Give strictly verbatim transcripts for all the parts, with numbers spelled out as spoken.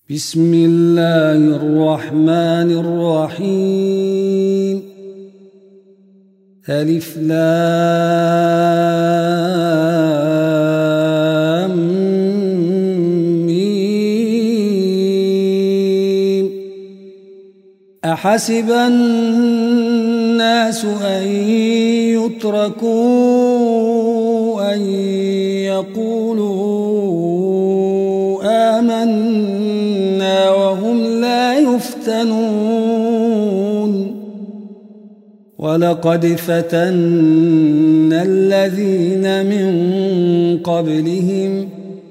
بسم الله الرحمن الرحيم. ألف لام ميم. أحسب الناس أن يتركوا أن يقولوا آمنا وهم لا يفتنون. ولقد فتنا الذين من قبلهم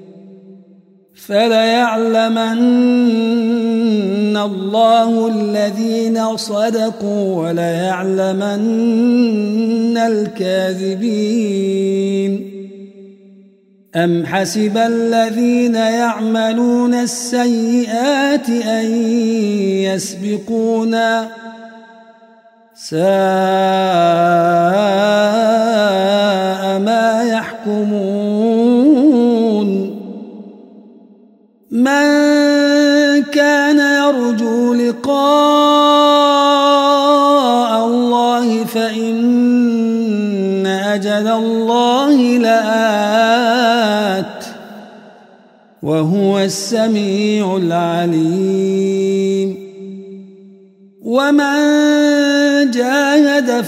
فليعلمن الله الذين صدقوا وليعلمن الكاذبين. أم حسب الذين يعملون السيئات أن يسبقونا ساء ما يحكمون. من كان يرجو لقاء الله فإن أجل الله لآت وهو السميع العليم. ومن جاهد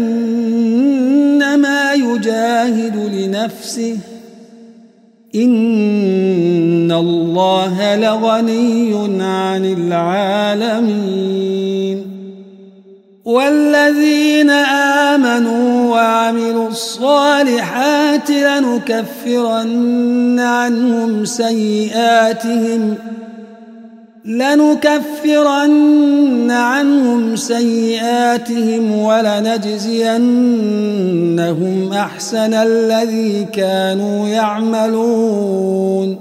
فإنما يجاهد لنفسه إن الله لغني عن العالمين. والذين آمنوا وعملوا الصالحات لنكفرن عنهم سيئاتهم لنكفرن عنهم سيئاتهم ولنجزينهم أحسن الذي كانوا يعملون.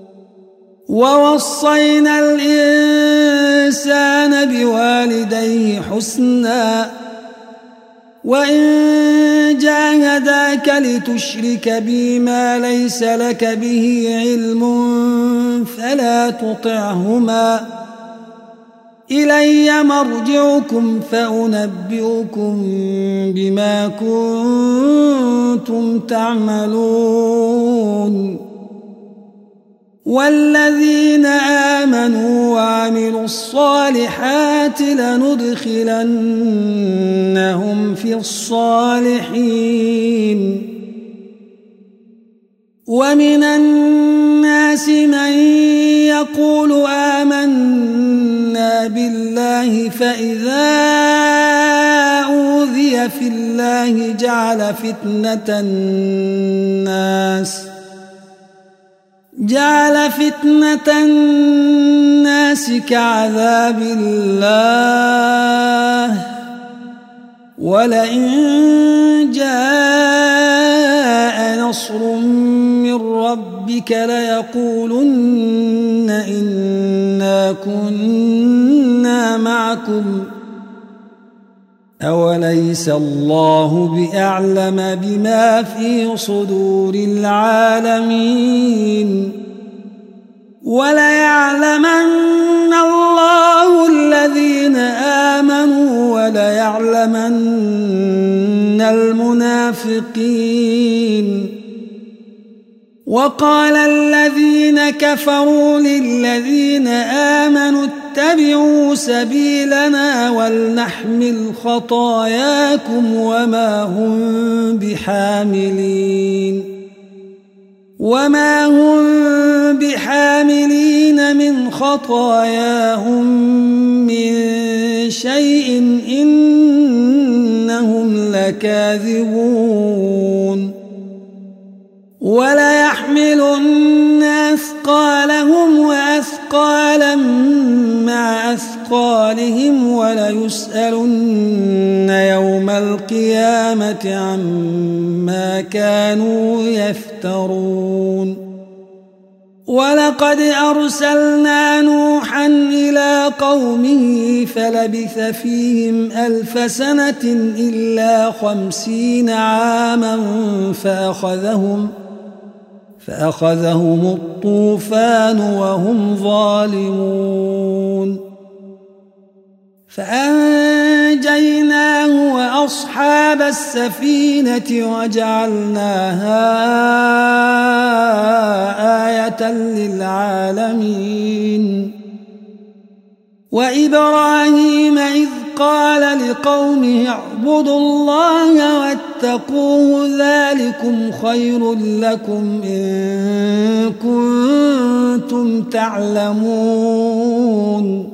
ووصينا الإنسان بوالديه حسنا وإن جاهداك لتشرك بي ما ليس لك به علم فلا تطعهما إلي مرجعكم فأنبئكم بما كنتم تعملون. والذين آمنوا وعملوا الصالحات لندخلنهم في الصالحين. ومن الناس من يقول آمنا بالله فإذا أوذي في الله جعل فتنة الناس جعل فتنة الناس كعذاب الله ولئن جاء نصر من ربك ليقولن إنا كنا معكم أوليس الله بأعلم بما في صدور العالمين. وليعلمن الله الذين آمنوا وليعلمن المنافقين. وقال الذين كفروا للذين آمنوا اتبعوا سبيلنا ولنحمل خطاياكم وما هم بحاملين وما هم بحاملين من خطاياهم من شيء إنهم لكاذبون. وليحملن أثقالهم وأثقالا مع أثقالهم وليسألن يوم القيامة عما كانوا يفترون. ولقد أرسلنا نوحا إلى قومه فلبث فيهم ألف سنة إلا خمسين عاما فأخذهم فأخذهم الطوفان وهم ظالمون فأنجيناه وأصحاب السفينة وجعلناها آية للعالمين وإبراهيم إذ قال لقومه اعبدوا الله واتقوه ذلكم خير لكم إن كنتم تعلمون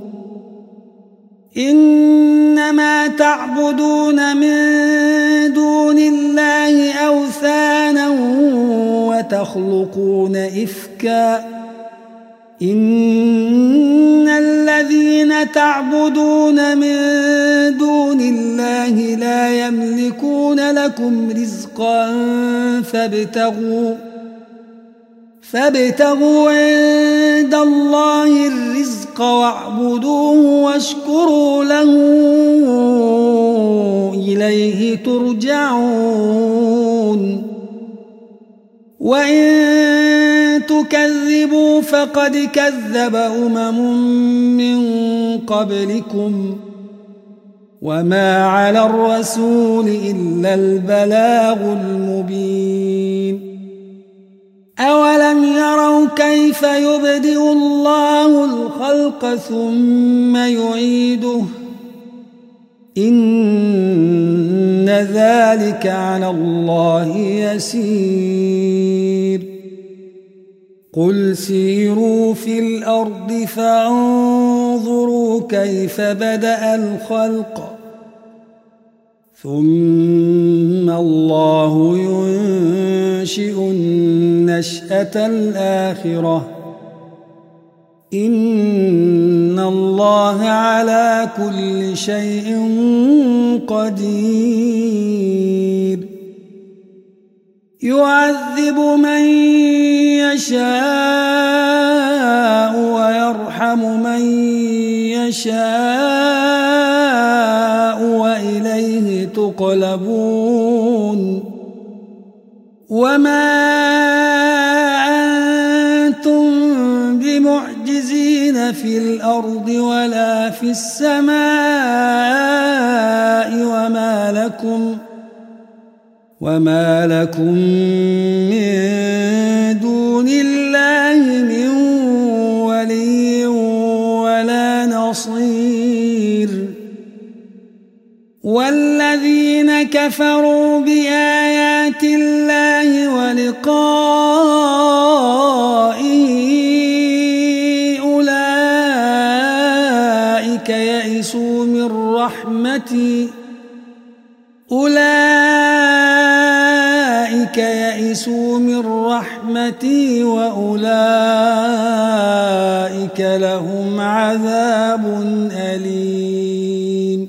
إنما تعبدون من دون الله أوثانا وتخلقون إفكا إن الذين تعبدون من دون الله لا يملكون لكم رزقا فابتغوا فابتغوا عند الله الرزق واعبدوه واشكروا له إليه ترجعون وإن تكذبوا فقد كذب أمم من قبلكم وما على الرسول إلا البلاغ المبين أولم يروا كيف يبدئ الله الخلق ثم يعيده إن ذلك على الله يسير قل سيروا في الأرض فانظروا كيف بدأ الخلق ثم الله ينشئ النشأة الآخرة إن الله على كل شيء قدير يعذب من يشاء ويرحم من يشاء وإليه تقلبون وما أنتم بمعجزين في الأرض ولا في السماء وما لكم وما لكم من دون الله من ولي ولا نصير والذين كفروا بآيات الله ولقائه أولئك يئسوا من رحمتي أولئك يئسوا من رحمتي وأولئك لهم عذاب أليم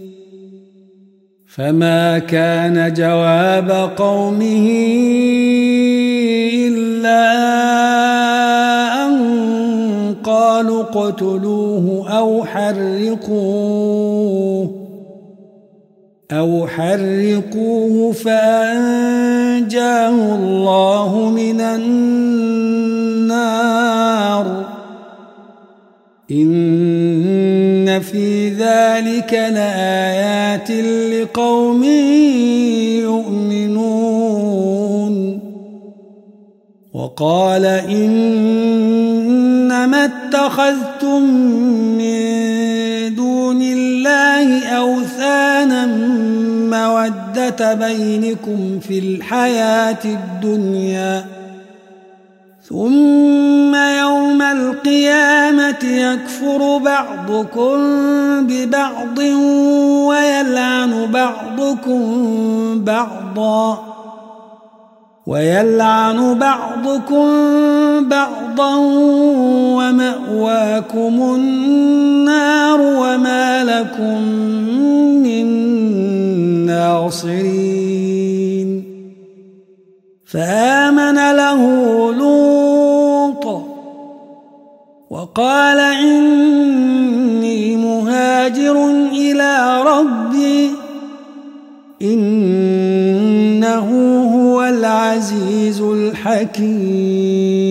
فما كان جواب قومه إلا أن قالوا اقتلوه أو حرقوه أو حرقوه فأنجاه الله من النار إن في ذلك لآيات لقوم يؤمنون وقال إنما اتخذتم من دون الله أوثانا مودة بينكم في الحياة الدنيا ثم يوم القيامة يكفر بعضكم ببعض ويلعن بعضكم بعضا ويلعن بعضكم بعضا ومأواكم النار وما لكم من ناصرين فآمن له لوط وقال إني مهاجر إلى ربي إنه هو العزيز الحكيم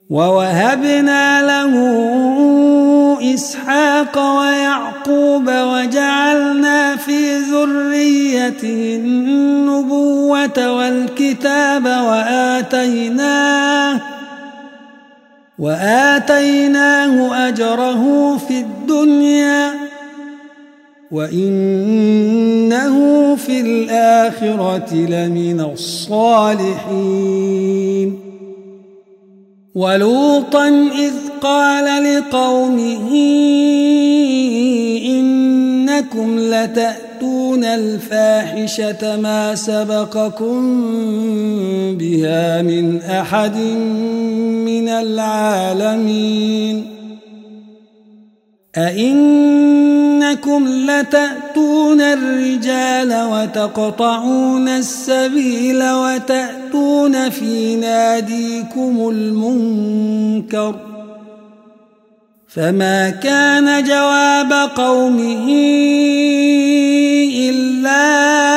ووهبنا له إسحاق ويعقوب وجعلنا في ذريته النبوة والكتاب وآتيناه وآتيناه أجره في الدنيا وإنه في الآخرة لمن الصالحين. ولوطا إذ قال لقومه إنكم لتأتون الفاحشة ما سبقكم بها من أحد من العالمين أئنكم لتأتون الرجال وتقطعون السبيل وتأتون في ناديكم المنكر فما كان جواب قومه إلا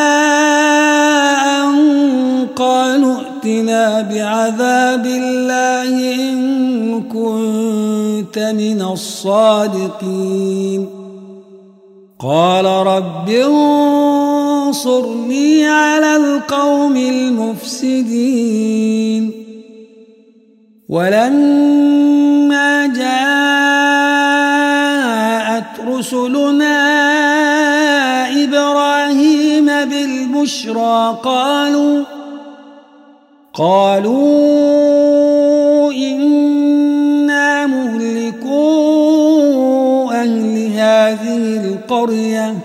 أن قالوا ائتنا بعذاب الله إن كنت من الصادقين. قال رب انصرني على القوم المفسدين. ولما جاءت رسلنا إبراهيم بالبشرى قالوا قالوا إنا مهلكو أهل هذه القرية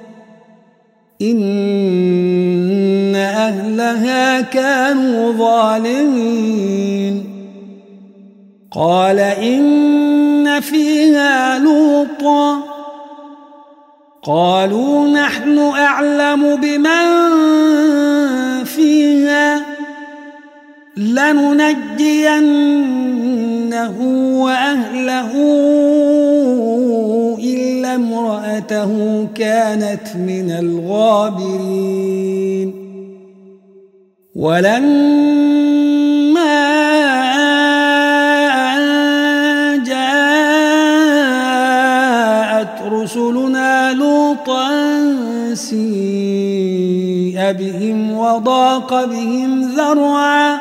إن أهلها كانوا ظالمين. قال إن فيها لوطا قالوا نحن أعلم بمن فيها لننجينه وأهله إلا امرأته كانت من الغابرين. ولما أن جاءت رسلنا لوطا سيء بهم وضاق بهم ذرعا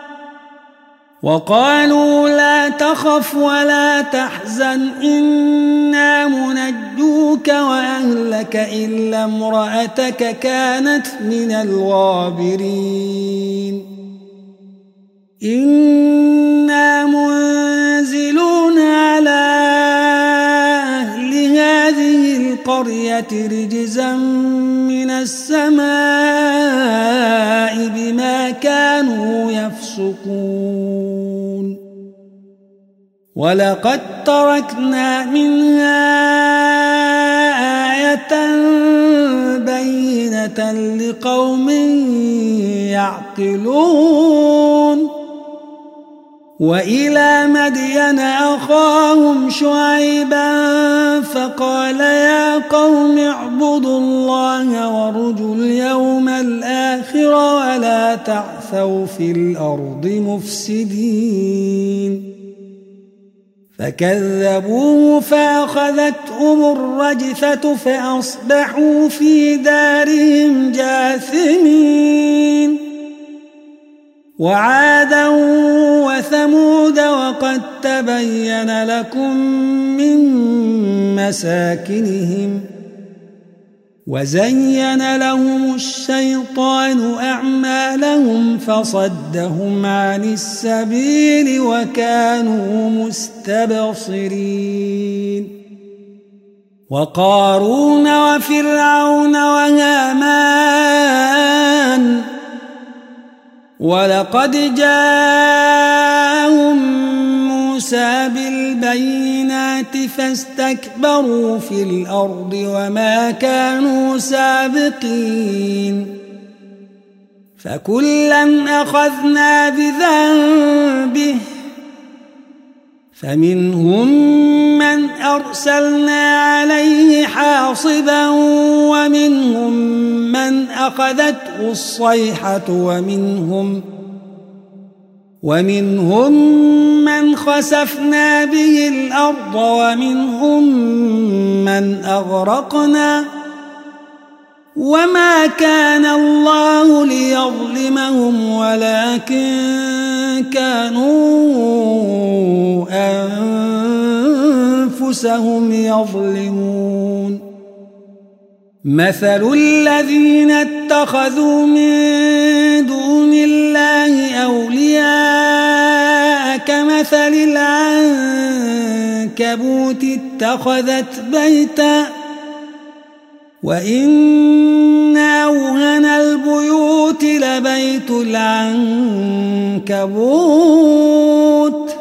وقالوا لا تخف ولا تحزن إنا منجوك وأهلك إلا امرأتك كانت من الغابرين. إنا منزلون على أهل هذه القرية رجزا من السماء بما كانوا يفسقون. ولقد تركنا منها آية بينة لقوم يعقلون. وإلى مدين أخاهم شعيبا فقال يا قوم اعبدوا الله وارجوا اليوم الآخر ولا تعثوا في الأرض مفسدين. فكذبوه فأخذتهم الرجفة فأصبحوا في دارهم جاثمين. وعادا وثمود وقد تبين لكم من مساكنهم وزين لهم الشيطان أعمالهم فصدهم عن السبيل وكانوا مستبصرين. وقارون وفرعون وهامان ولقد جاءهم موسى بالبينات فاستكبروا في الأرض وما كانوا سابقين. فكلا أخذنا بذنبه فمنهم من أرسلنا عليه حاصبا ومنهم من أخذته الصيحة ومنهم ومنهم من خسفنا به الأرض ومنهم من أغرقنا وما كان الله ليظلمهم ولكن كانوا أنفسهم يظلمون مثل الذين اتخذوا من دون الله أولياء كمثل العنكبوت اتخذت بيتا وإن أوهن البيوت لبيت العنكبوت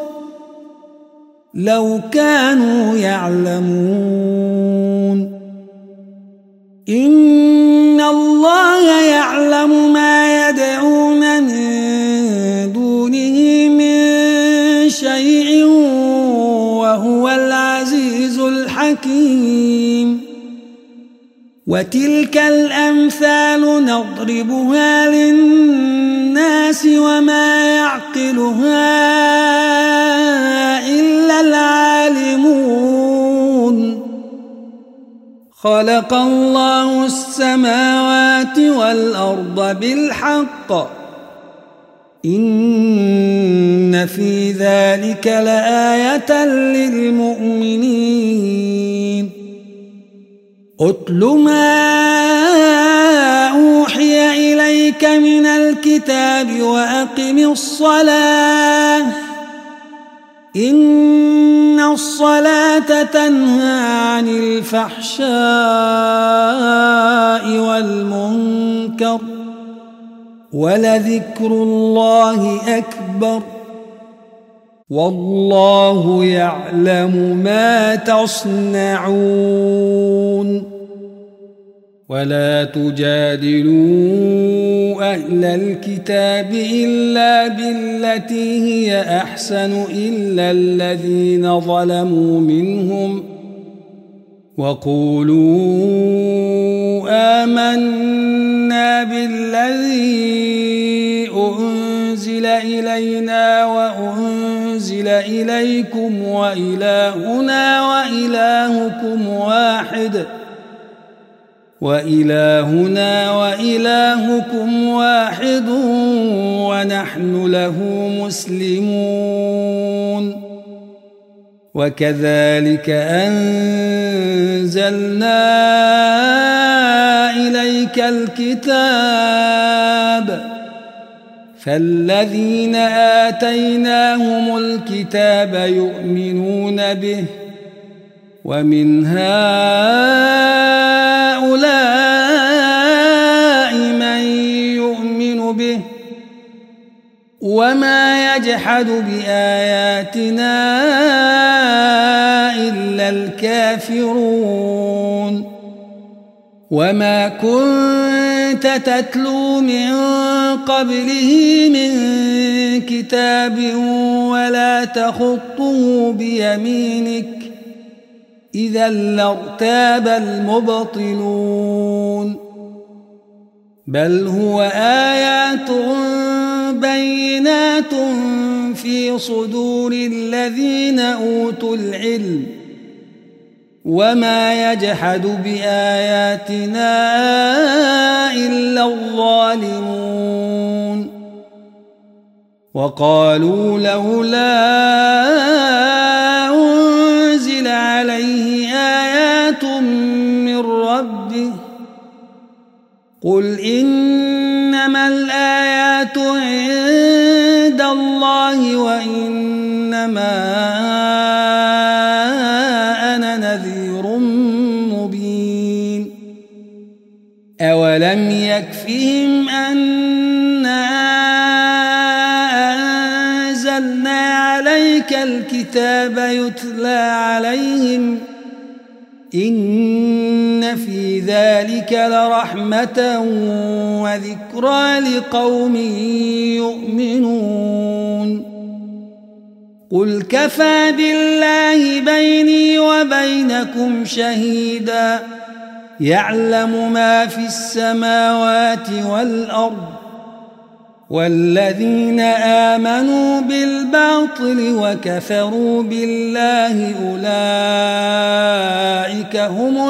لو كانوا يعلمون إن الله يعلم ما يدعون من دونه من شيء وهو العزيز الحكيم وتلك الأمثال نضربها للناس وما يعقلها إلا العالمون خلق الله السماوات والأرض بالحق إن في ذلك لآية للمؤمنين أتل ما أوحي إليك من الكتاب وأقم الصلاة إن الصلاة تنهى عن الفحشاء والمنكر ولذكر الله أكبر والله يعلم ما تصنعون ولا تجادلوا أهل الكتاب إلا بالتي هي أحسن إلا الذين ظلموا منهم وقولوا آمنا بالذي أنزل إلينا وأنزل إليكم وإلهنا وإلهكم واحد وإلهنا وإلهكم واحد ونحن له مسلمون وكذلك أنزلنا إليك الكتاب فالذين آتيناهم الكتاب يؤمنون به ومن هؤلاء من يؤمن به وما يجحد بآياتنا إلا الكافرون وما كنت تتلو من قبله من كتاب ولا تخطه بيمينك إذا لارتاب المبطلون بل هو آيات بينات في صدور الذين أوتوا العلم وما يجحد بآياتنا إلا الظالمون وقالوا لولا أنزل عليه آيات من ربه قل إنما الآيات عند الله وإنما أنا نذير مبين أولم يكفهم أنا أنزلنا عليك الكتاب يتلى عليهم إن في ذلك لرحمة وذكرى لقوم يؤمنون قل كفى بالله بيني وبينكم شهيدا يعلم ما في السماوات والأرض والذين آمنوا بالباطل وكفروا بالله أولئك هم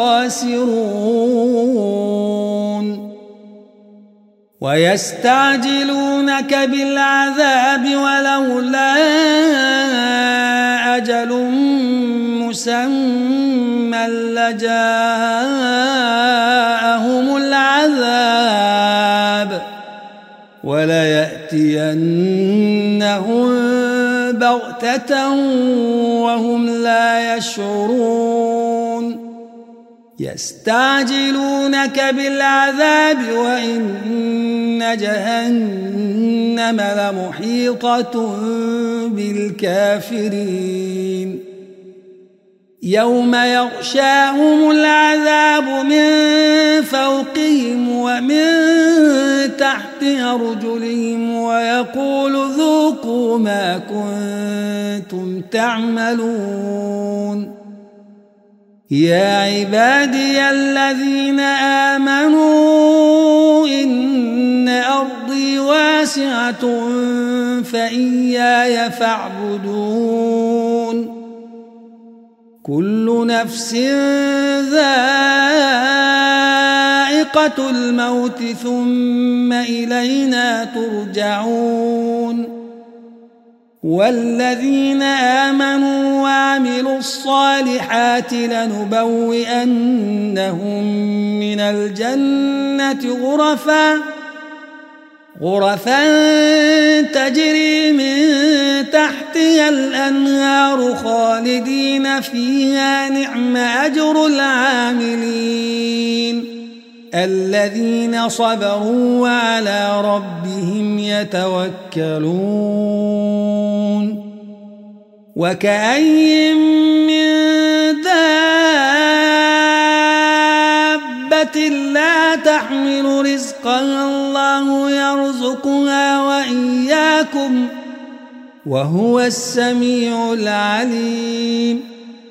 الخاسرون ويستعجلونك بالعذاب ولولا أجل مسمى لجاءهم العذاب وليأتينهم بغتة وهم لا يشعرون يستعجلونك بالعذاب وإن جهنم لمحيطة بالكافرين يوم يغشاهم العذاب من فوقهم ومن تحت أرجلهم ويقول ذوقوا ما كنتم تعملون يا عبادي الذين آمنوا إن أرضي واسعة فإياي فاعبدون كل نفس ذائقة الموت ثم إلينا ترجعون والذين آمنوا وعملوا الصالحات لنبوئنهم من الجنة غرفا غرفا تجري من تحتها الأنهار خالدين فيها نعم أجر العاملين الذين صبروا وعلى ربهم يتوكلون وكأين من دابة لا تحمل رزقها الله يرزقها وإياكم وهو السميع العليم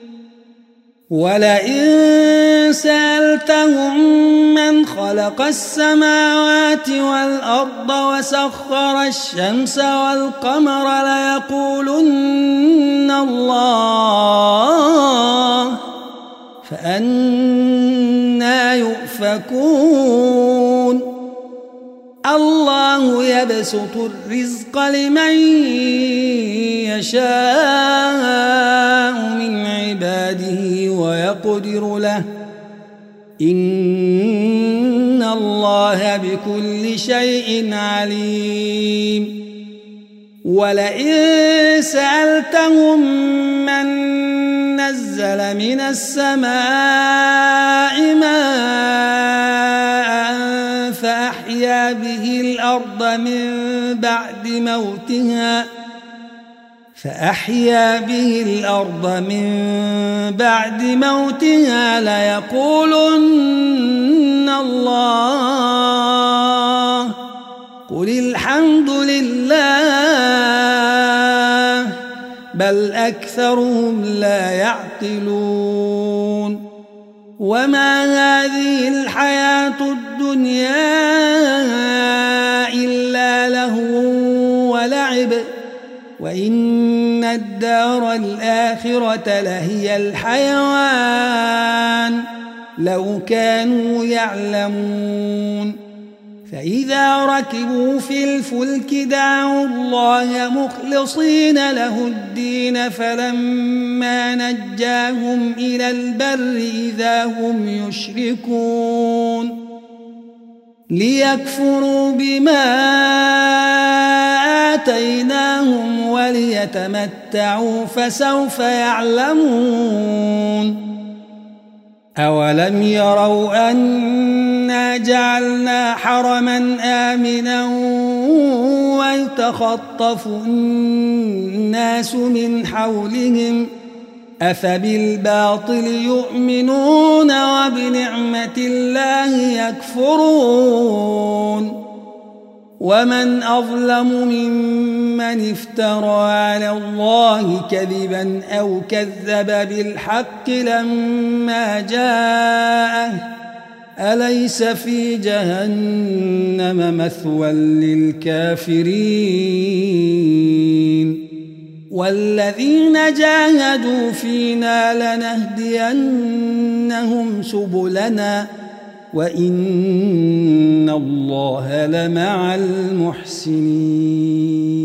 ولئن سألتهم من خلق السماوات والأرض وسخر الشمس والقمر ليقولن الله فأنى يؤفكون الله يبسط الرزق لمن يشاء من عباده ويقدر له إن الله بكل شيء عليم ولئن سألتهم من نزل من السماء ماء فأحيا به الأرض من بعد موتها فأحيا به الأرض من بعد موتها ليقولن الله قل الحمد لله بل أكثرهم لا يعقلون وما هذه الحياة الدنيا إلا لهو ولعب وإن الدار الآخرة لهي الحيوان لو كانوا يعلمون فإذا ركبوا في الفلك دعوا الله مخلصين له الدين فلما نجاهم إلى البر إذا هم يشركون ليكفروا بما آتيناهم وليتمتعوا فسوف يعلمون أولم يروا أنا جعلنا حرما آمنا ويتخطف الناس من حولهم أفبالباطل يؤمنون وبنعمة الله يكفرون ومن أظلم ممن افترى على الله كذبا أو كذب بالحق لما جاءه أليس في جهنم مثوى للكافرين والذين جاهدوا فينا لنهدينهم سبلنا وإن الله لمع المحسنين